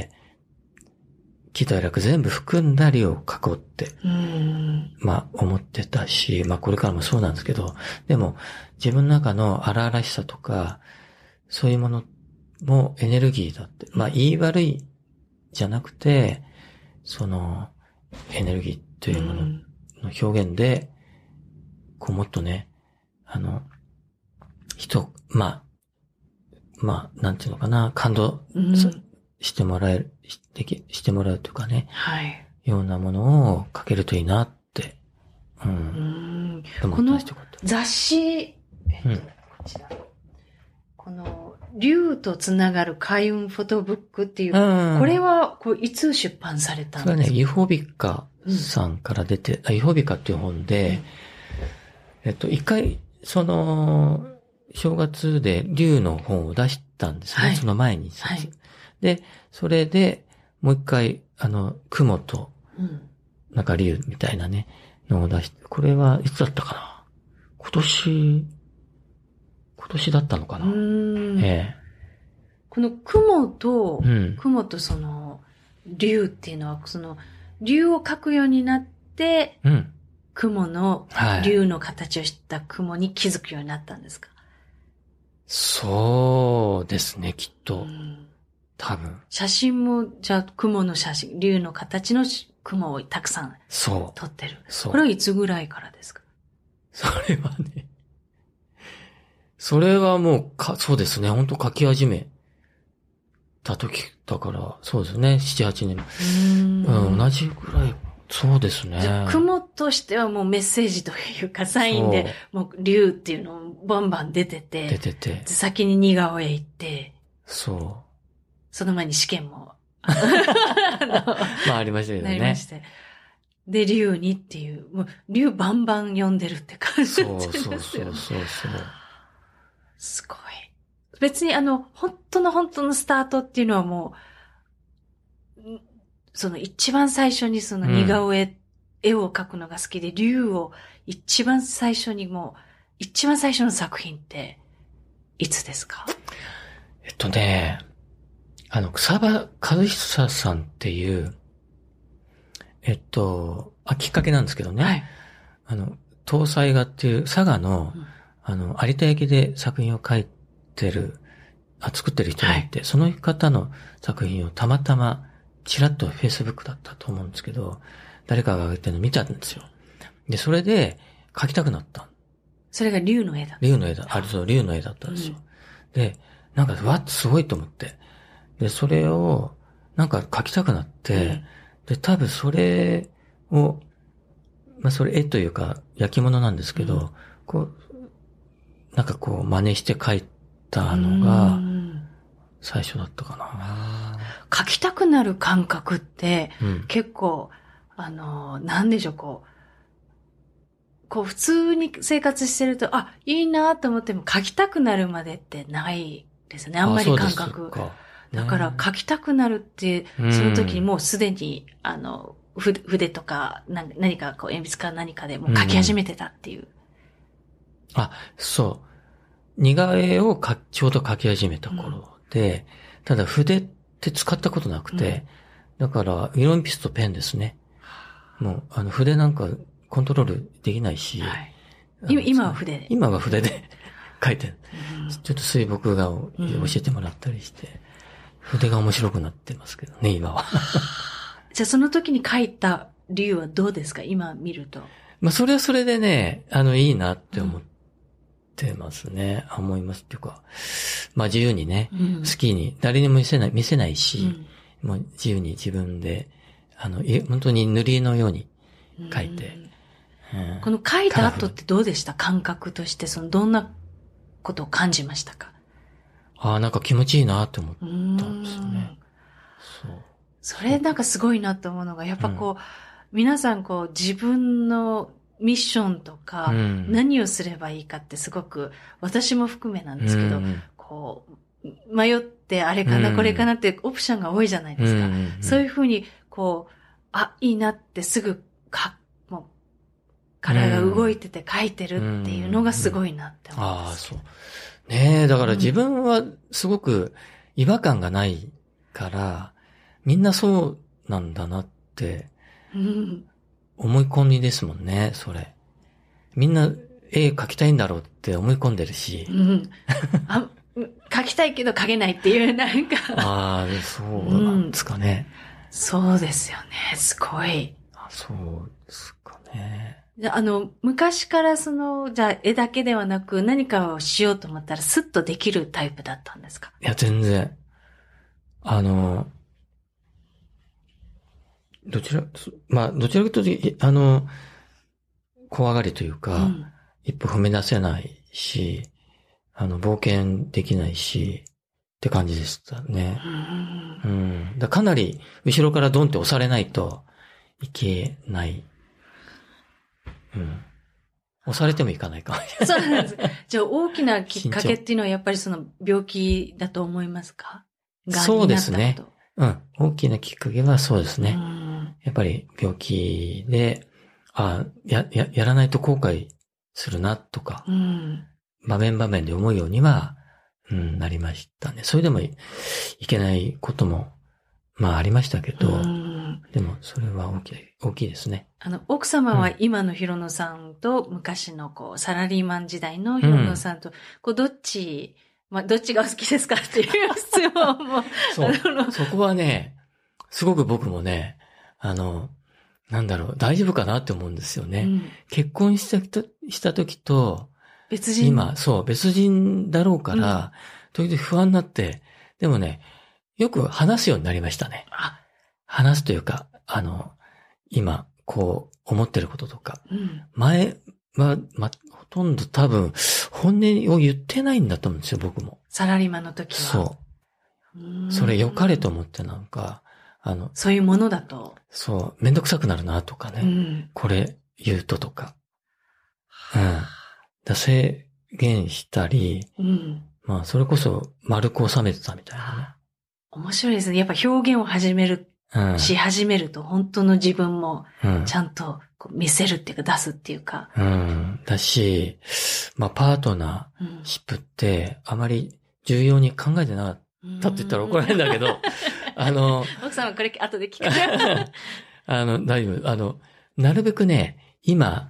喜怒哀楽全部含んだりを書こうって、まあ、思ってたし、まあ、これからもそうなんですけど、でも、自分の中の荒々しさとか、そういうものもエネルギーだって、まあ、言い悪いじゃなくて、その、エネルギーというものの表現で、こうもっとね、なんていうのかな、感動してもらうというかね、 はい。 ようなものを書けるといいなって、思ったりして雑誌、こちら。この、竜とつながる開運フォトブックっていう、これはいつ出版されたんですか？ それはね、ユフォビカさんから出て、ユフォビカっていう本で、一回、正月で竜の本を出したんですね。はい、その前に。はい、で、それで、もう一回、雲と、なんか竜みたいなね、のを出して、これはいつだったかな？今年だったのかな？ この雲とその、竜っていうのは、その、竜を描くようになって、雲の、竜の形をした雲に気づくようになったんですか？ そうですね、きっと。多分。 写真も、じゃあ、雲の写真、竜の形の雲をたくさん撮ってる。これはいつぐらいからですか？ それはもう、そうですね、本当書き始めた時だから、そうですね、7、8年。同じぐらい、そうですね。 じゃあ雲としてはもうメッセージというかサインで、もう竜っていうのをバンバン出てて、先に似顔絵行って、その前に試験も、 ありましたけどね。 なりまして。で、竜にっていう、もう竜バンバン読んでるって感じですよね。そう。すごい。別に本当のスタートっていうのはもう、その一番最初にその似顔絵、絵を描くのが好きで、竜を一番最初の作品っていつですか？ 草場和久さんっていう、きっかけなんですけどね。はい。東西画っていう佐賀の、有田焼で作品を作ってる人がいて、その方の作品をたまたま、ちらっと Facebook だったと思うんですけど、誰かが上げてるの見たんですよ。で、それで描きたくなった。 それが竜の絵だった。 竜の絵だったんですよ。で、なんか、すごいと思って。で、それを、なんか描きたくなって、で、多分それを、それ絵というか、焼き物なんですけど、なんか真似して描いたのが、最初だったかな。 描きたくなる感覚って、結構、なんでしょう、普通に生活してると、いいなと思っても描きたくなるまでってないですね。あんまり感覚。だから描きたくなるって、その時にもうすでに、筆とか、何か鉛筆か何かでもう描き始めてたっていう。 そう。似顔絵をちょうど描き始めた頃で、ただ筆って使ったことなくて、だから色鉛筆とペンですね。もう筆なんかコントロールできないし、 今は筆で。 今は筆で描いてる。ちょっと水墨画を教えてもらったりして、筆が面白くなってますけどね、今は。 じゃあその時に描いた理由はどうですか？今見ると。 それはそれでね、いいなって思ってますね。思いますっていうか。自由にね、好きに、誰にも見せないし、もう自由に自分で、本当に塗り絵のように描いて。 この描いた後ってどうでした？感覚として、どんなことを感じましたか？ なんか気持ちいいなって思ったんですよね。 それなんかすごいなと思うのが、やっぱ皆さん自分のミッションとか、何をすればいいかってすごく、私も含めなんですけど、迷ってあれかな、これかなってオプションが多いじゃないですか。そういうふうに、いいなってすぐもう、体が動いてて書いてるっていうのがすごいなって思います。 そう。ねえ、だから自分はすごく違和感がないから、みんなそうなんだなって、思い込みですもんね、それ。みんな絵描きたいんだろうって思い込んでるし。 描きたいけど描けないっていう、なんか。 そうなんですかね。 そうですよね、すごい。 そうですかね。 じゃあ、昔からじゃあ絵だけではなく何かをしようと思ったらスッとできるタイプだったんですか？ いや、全然。どちらかというと、怖がりというか、一歩踏み出せないし、冒険できないし、って感じでしたね。かなり後ろからドンって押されないといけない。押されてもいかないかもしれない。 そうなんです。じゃあ大きなきっかけっていうのはやっぱりその病気だと思いますか？ そうですね。大きなきっかけはそうですね。やっぱり病気で、やらないと後悔するなとか、場面場面で思うようには、なりましたね。それでもいけないことも、ありましたけど、でもそれは大きいですね。 奥様は今のヒロノさんと昔のサラリーマン時代のヒロノさんと、どっちがお好きですかっていう質問も。 そこはね、すごく僕もね、大丈夫かなって思うんですよね。結婚した時と、 別人今、別人だろうから、時々不安になって、でもね、よく話すようになりましたね。話すというか、今、思ってることとか。前は、ほとんど多分、本音を言ってないんだと思うんですよ、僕も。 サラリーマンの時は。 そう。それ良かれと思ってなんか、 そういうものだと。 そう、めんどくさくなるなとかね。これ言うとか。制限したり、それこそ丸く収めてたみたいなね。 面白いですね。やっぱ表現を始めると本当の自分もちゃんと見せるっていうか出すっていうか。 だし、パートナーシップってあまり重要に考えてなかったって言ったら怒られるんだけど、 奥さんはこれ後で聞かれます。 大丈夫。なるべくね、今、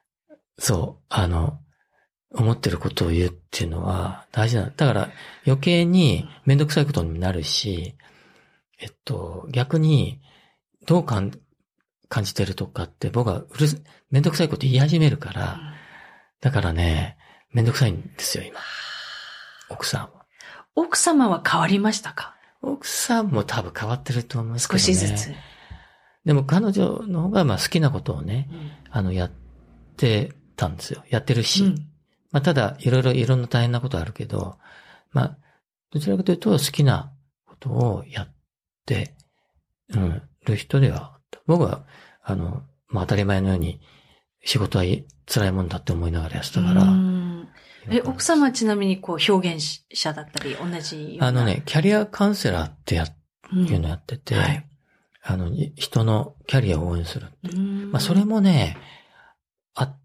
思ってることを言うっていうのは大事だ。だから余計にめんどくさいことになるし、逆にどう感じてるとかって僕はめんどくさいこと言い始めるから、だからね、めんどくさいんですよ、今。奥さんは。 奥様は変わりましたか？ 奥さんも多分変わってると思いますけどね。 少しずつ。 でも彼女の方が好きなことをね、やってたんですよ。やってるし。ただ、いろんな大変なことあるけど、どちらかというと好きなことをやってる人では、僕は、当たり前のように仕事は辛いもんだって思いながらやってたから。 奥様はちなみに表現者だったり同じような。 キャリアカウンセラーっていうのやってて、人のキャリアを応援するって。それもね、あって、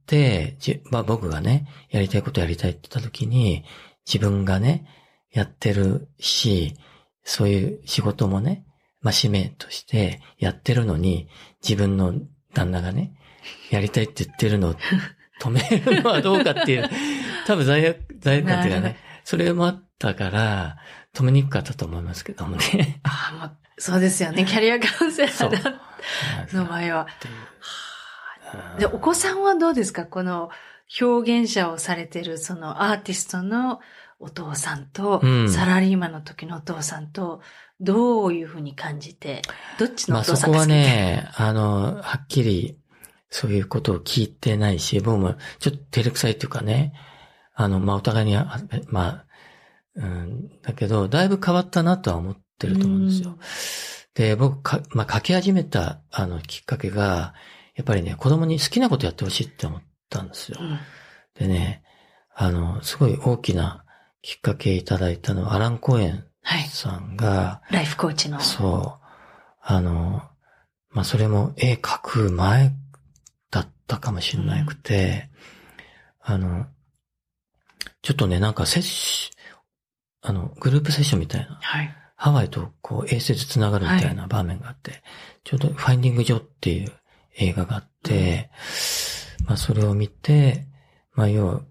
僕がね、やりたいことやりたいって言った時に、自分がね、やってるし、そういう仕事もね、使命としてやってるのに、自分の旦那がね、やりたいって言ってるのを止めるのはどうかっていう、多分罪悪感っていうかね、それもあったから、止めにくかったと思いますけどもね。 そうですよね、キャリアカウンセラーの場合は。で、お子さんはどうですか？この表現者をされてるそのアーティストのお父さんと、サラリーマンの時のお父さんと、どういうふうに感じて、どっちのお父さんが好き？そこはね、はっきりそういうことを聞いてないし、僕もちょっと照れくさいっていうかね、お互いに、だけど、だいぶ変わったなとは思ってると思うんですよ。で、僕書き始めた、きっかけが、やっぱりね、子供に好きなことやってほしいって思ったんですよ。でね、すごい大きなきっかけいただいたのは、アラン・コエンさんが、 ライフコーチの。 そう。それも絵描く前だったかもしれなくて、ちょっとね、グループセッションみたいな。ハワイと衛星で繋がるみたいな場面があって、ちょうどファインディング・ジョーっていう映画があって、それを見て、要は、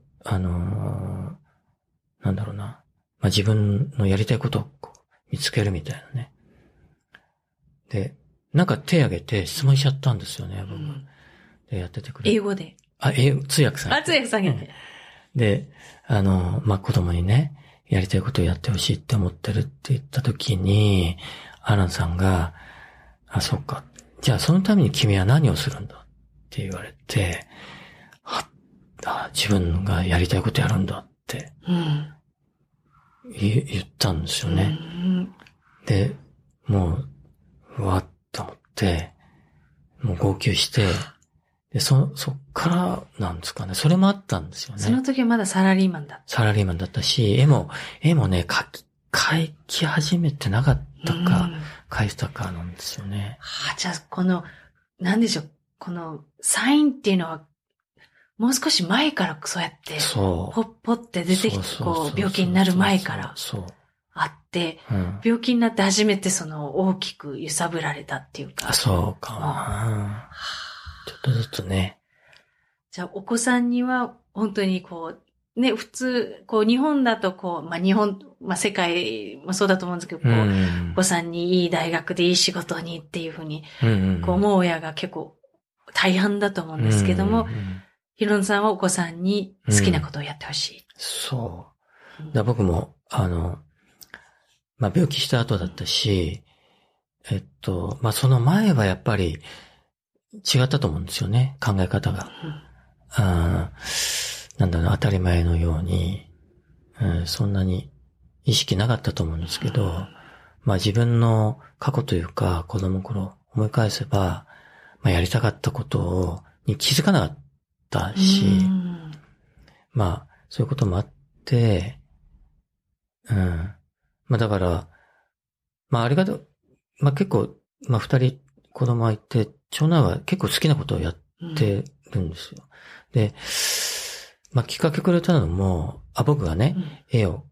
自分のやりたいことを見つけるみたいなね。で、手挙げて質問しちゃったんですよね、僕。 でやっててくれて。 英語で。 通訳さん。 通訳さんやね。 で、子供にね、やりたいことをやってほしいって思ってるって言った時に、アランさんが、そっか。じゃあそのために君は何をするんだって言われて、自分がやりたいことやるんだって、言ったんですよね。で、もう、うわっと思って、もう号泣して、で、そっからなんですかね。それもあったんですよね。 その時はまだサラリーマンだった。 サラリーマンだったし、絵もね、描き始めてなかったか、描いてたかなんですよね。 じゃあ、なんでしょう、このサインっていうのは、もう少し前からそうやって、ポッって出てきて、病気になる前からあって、病気になって初めて大きく揺さぶられたっていうか。 そうかな。ちょっとずつね。 じゃあ、お子さんには、本当に普通、日本だと日本、世界もそうだと思うんですけど、お子さんにいい大学でいい仕事にっていうふうに、思う親が結構大半だと思うんですけども、ヒロノさんはお子さんに好きなことをやってほしい。 そう。僕も、病気した後だったし、その前はやっぱり違ったと思うんですよね、考え方が。当たり前のように、そんなに意識なかったと思うんですけど、自分の過去というか子供の頃思い返せば、やりたかったことに気づかなかったし、そういうこともあって、だから、ありがとう、結構、二人子供がいて、長男は結構好きなことをやってるんですよ。で、きっかけくれたのも、僕がね、絵を、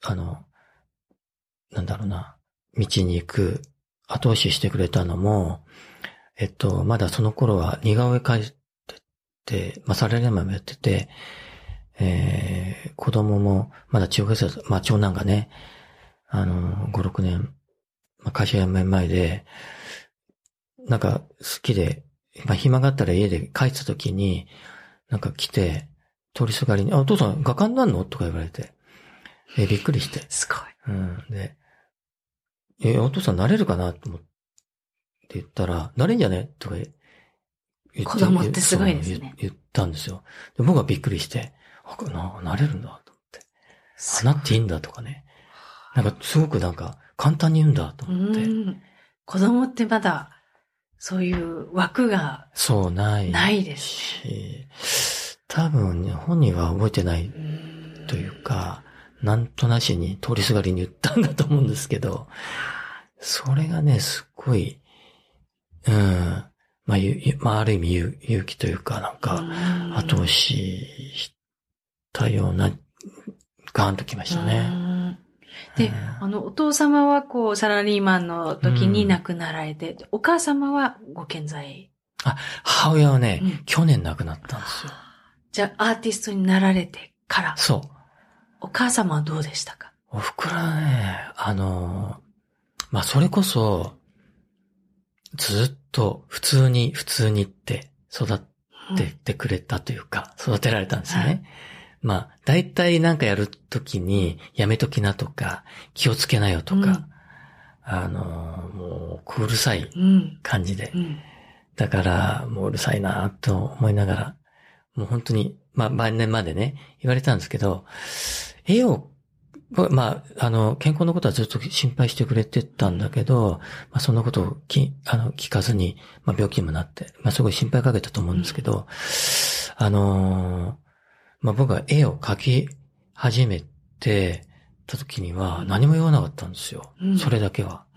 道に行く、後押ししてくれたのも、まだその頃は似顔絵描いてて、サラリーマンもやってて、子供もまだ中学生、長男がね、5、6年、会社辞め前で、好きで、暇があったら家で描いてた時に、来て、通りすがりに、お父さん画家になるのとか言われて、びっくりして。 すごい。 で、お父さんなれるかなと思って言ったら、なれんじゃねとか言って。 子供ってすごいですね。 言ったんですよ。で僕はびっくりして、なれるんだと思って。なっていいんだとかね。すごく簡単に言うんだと思って。 子供ってまだ、そういう枠が。ないですし。 多分、本人は覚えてないというか、なんとなしに通りすがりに言ったんだと思うんですけど、それがね、すっごい、ある意味勇気というか、後押ししたような、ガーンときましたね。 で、お父様はサラリーマンの時に亡くなられて、お母様はご健在？ 母親はね、去年亡くなったんですよ。 じゃあ、アーティストになられてから。 そう。 お母様はどうでしたか？ おふくろはね、それこそ、ずっと普通にって育っててくれたというか、育てられたんですよね。だいたいやるときにやめときなとか、気をつけなよとか、もううるさい感じで。だから、もううるさいなと思いながら、もう本当に、晩年までね、言われたんですけど、絵を、健康のことはずっと心配してくれてたんだけど、そんなことを聞かずに、病気にもなって、すごい心配かけたと思うんですけど、僕が絵を描き始めてた時には何も言わなかったんですよ。それだけは。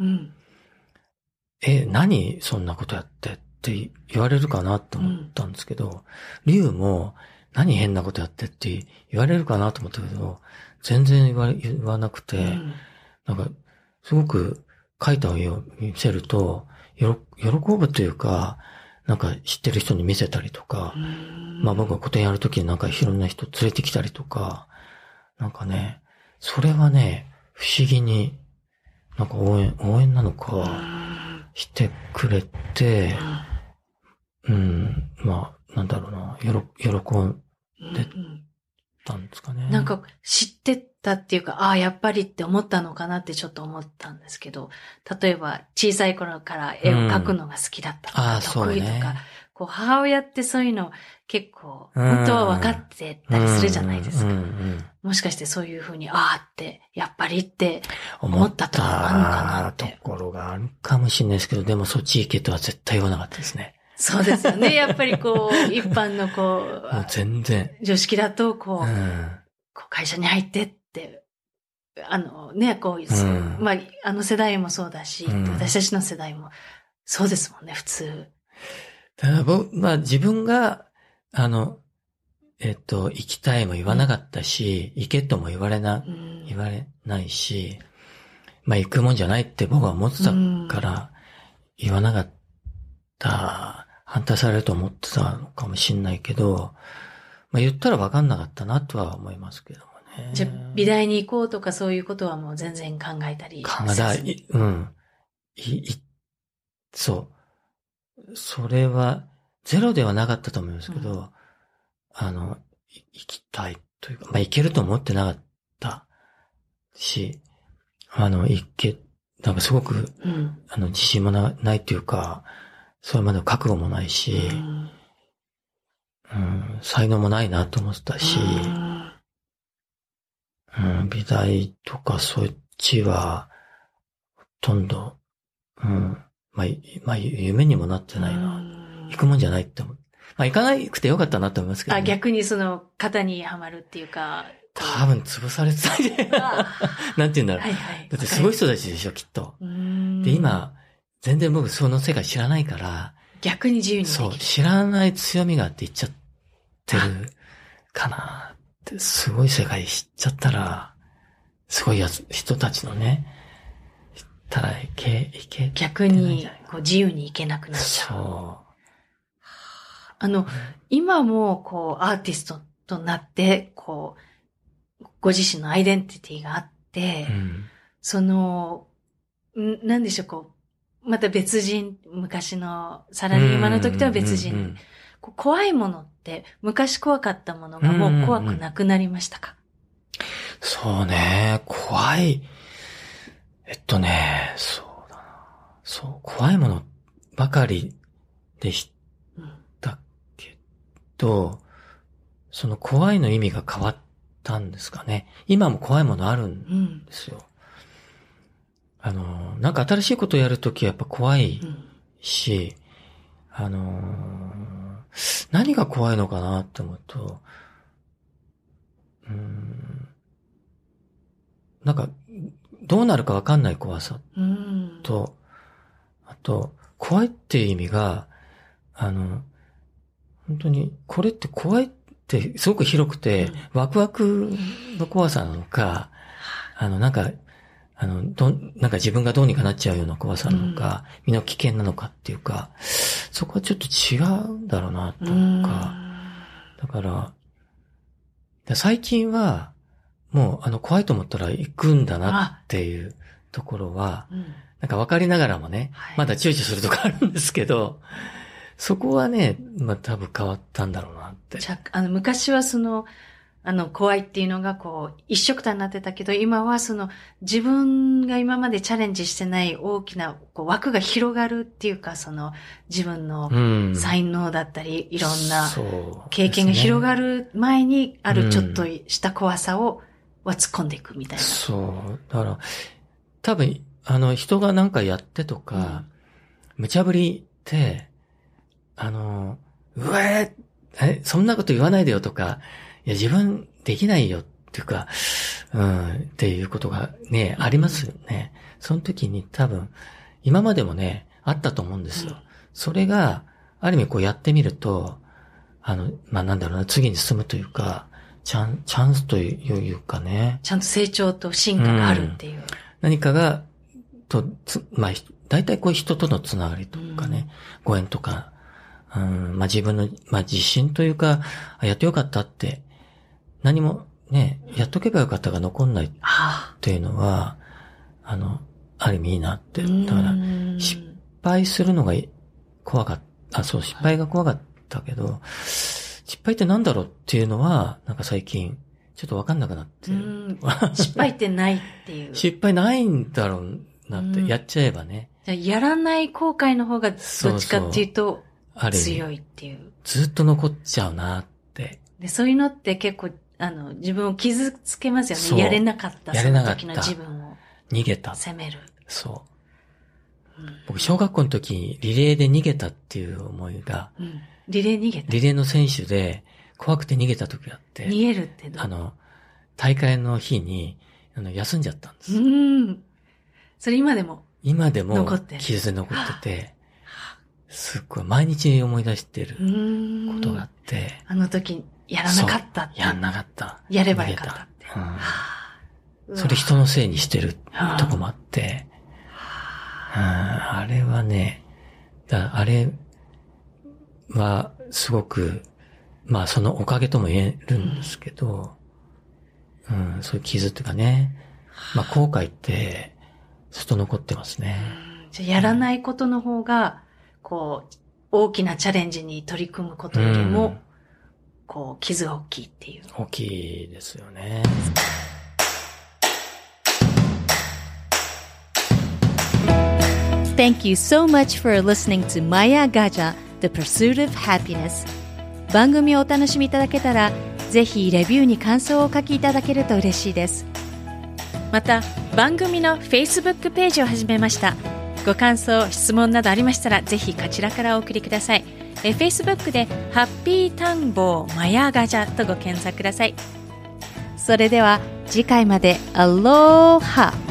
何そんなことやって言われるかなと思ったんですけど、リュウも何変なことやってって言われるかなと思ったけど、全然言わなくて、すごく描いた絵を見せると、喜ぶというか、知ってる人に見せたりとか、僕が個展やるときにいろんな人連れてきたりとか、それはね、不思議に、応援なのか、してくれて、 なんだろうな、喜んでたんですかね。 なんか知ってたっていうか、ああ、やっぱりって思ったのかなってちょっと思ったんですけど、例えば小さい頃から絵を描くのが好きだったとか、得意とか、こう母親ってそういうの結構本当は分かってたりするじゃないですか。もしかしてそういうふうに、ああって、やっぱりって思ったところあるのかなって。 ところがあるかもしれないですけど、でもそっち行けとは絶対言わなかったですね。 そうですよね。やっぱりこう、一般のこう、 もう全然。 常識だとこう会社に入ってって、こう、まあ、世代もそうだし、私たちの世代もそうですもんね、普通。 だからまあ自分が、行きたいも言わなかったし、行けとも言われないし、まあ行くもんじゃないって僕は思ってたから言わなかった、反対されると思ってたのかもしれないけど、まあ言ったら分かんなかったなとは思いますけどもね。 じゃあ美大に行こうとかそういうことはもう全然考えたりそう。それはゼロではなかったと思いますけど、行きたいというか、まあ行けると思ってなかったし、なんかすごく、自信もないというか、それまでの覚悟もないし、才能もないなと思ってたし、美大とかそっちは、ほとんど、まあ、夢にもなってないな。行くもんじゃないって思う。まあ、行かなくてよかったなと思いますけど、ね。 逆にその、型にはまるっていうか。 多分潰されてたんで。なんて言うんだろう。だってすごい人たちでしょ、きっと。で、今、全然僕その世界知らないから。 逆に自由にできる。 そう、知らない強みがあって言っちゃってるかなって、すごい世界知っちゃったら、すごい人たちのね、知ったらいけ。 逆に、こう自由に行けなくなっちゃう。 そう。 今も、こう、アーティストとなって、こう、ご自身のアイデンティティがあって、なんでしょう、こう、また別人、昔のサラリーマンの時とは別人、怖いものって、昔怖かったものがもう怖くなくなりましたか？ そうね、怖い。そうだな。そう、怖いものばかりでしたけど、その怖いの意味が変わったんですかね。今も怖いものあるんですよ。なんか新しいことをやるときはやっぱ怖いし、何が怖いのかなって思うと、なんか、どうなるかわかんない怖さと、あと、怖いっていう意味が、本当に、これって怖いってすごく広くて、ワクワクの怖さなのか、なんか自分がどうにかなっちゃうような怖さなのか、身の危険なのかっていうか、そこはちょっと違うんだろうな、とか。だから、最近は、もう、怖いと思ったら行くんだなっていうところは、なんか分かりながらもね、まだ躊躇するとこあるんですけど、そこはね、まあ多分変わったんだろうなって。 昔は怖いっていうのがこう、一緒くたになってたけど、今は自分が今までチャレンジしてない大きなこう枠が広がるっていうか、自分の才能だったり、いろんな経験が広がる前にあるちょっとした怖さは突っ込んでいくみたいな。 そう。だから、多分、人がなんかやってとか、無茶ぶりって、そんなこと言わないでよとか、いや、自分できないよっていうか、っていうことがね、ありますよね。その時に多分、今までもね、あったと思うんですよ。それが、ある意味こうやってみると、まあ、なんだろうな、次に進むというか、チャンスというかね。 ちゃんと成長と進化があるっていう。 何かが、まあ、大体こう人とのつながりとかね、ご縁とか、まあ自分の、まあ自信というか、やってよかったって、何もね、やっとけばよかったが残んないっていうのは、ある意味いいなって。だから、失敗するのが怖かった。失敗が怖かっったけど、失敗ってなんだろうっていうのは、なんか最近、ちょっとわかんなくなって。 失敗ってないっていう。 失敗ないんだろうなって、やっちゃえばね。 じゃあやらない後悔の方がどっちかっていうと、強いっていう。 ずっと残っちゃうなって。 で、そういうのって結構、自分を傷つけますよね。やれなかった。 やれなかった。 その時の自分を。 逃げた。 責める。 そう。僕、小学校の時にリレーで逃げたっていう思いが、 リレー逃げた。 リレーの選手で怖くて逃げた時があって。 逃げるってどう？ 大会の日に、休んじゃったんです。 それ今でも傷で残ってて、すっごい毎日思い出してることがあって。 あの時やらなかったって。 やんなかった。 やればよかったって。 それ人のせいにしてるとこもあって、あれはね、あれはすごく、まあそのおかげとも言えるんですけど、そういう傷っていうかね、まあ後悔ってずっと残ってますね。 じゃあやらないことの方が、こう、大きなチャレンジに取り組むことよりも、こう、傷が大きいっていう。 大きいですよね。 Thank you so much for listening to Maya Gaja, The Pursuit of Happiness. 番組をお楽しみいただけたら、ぜひレビューに感想をお書きいただけると嬉しいです。また、番組の Facebook ページを始めました。ご感想、質問などありましたら、ぜひこちらからお送りください。Facebook でハッピータンボーマヤガジャとご検索ください。それでは次回までアローハ。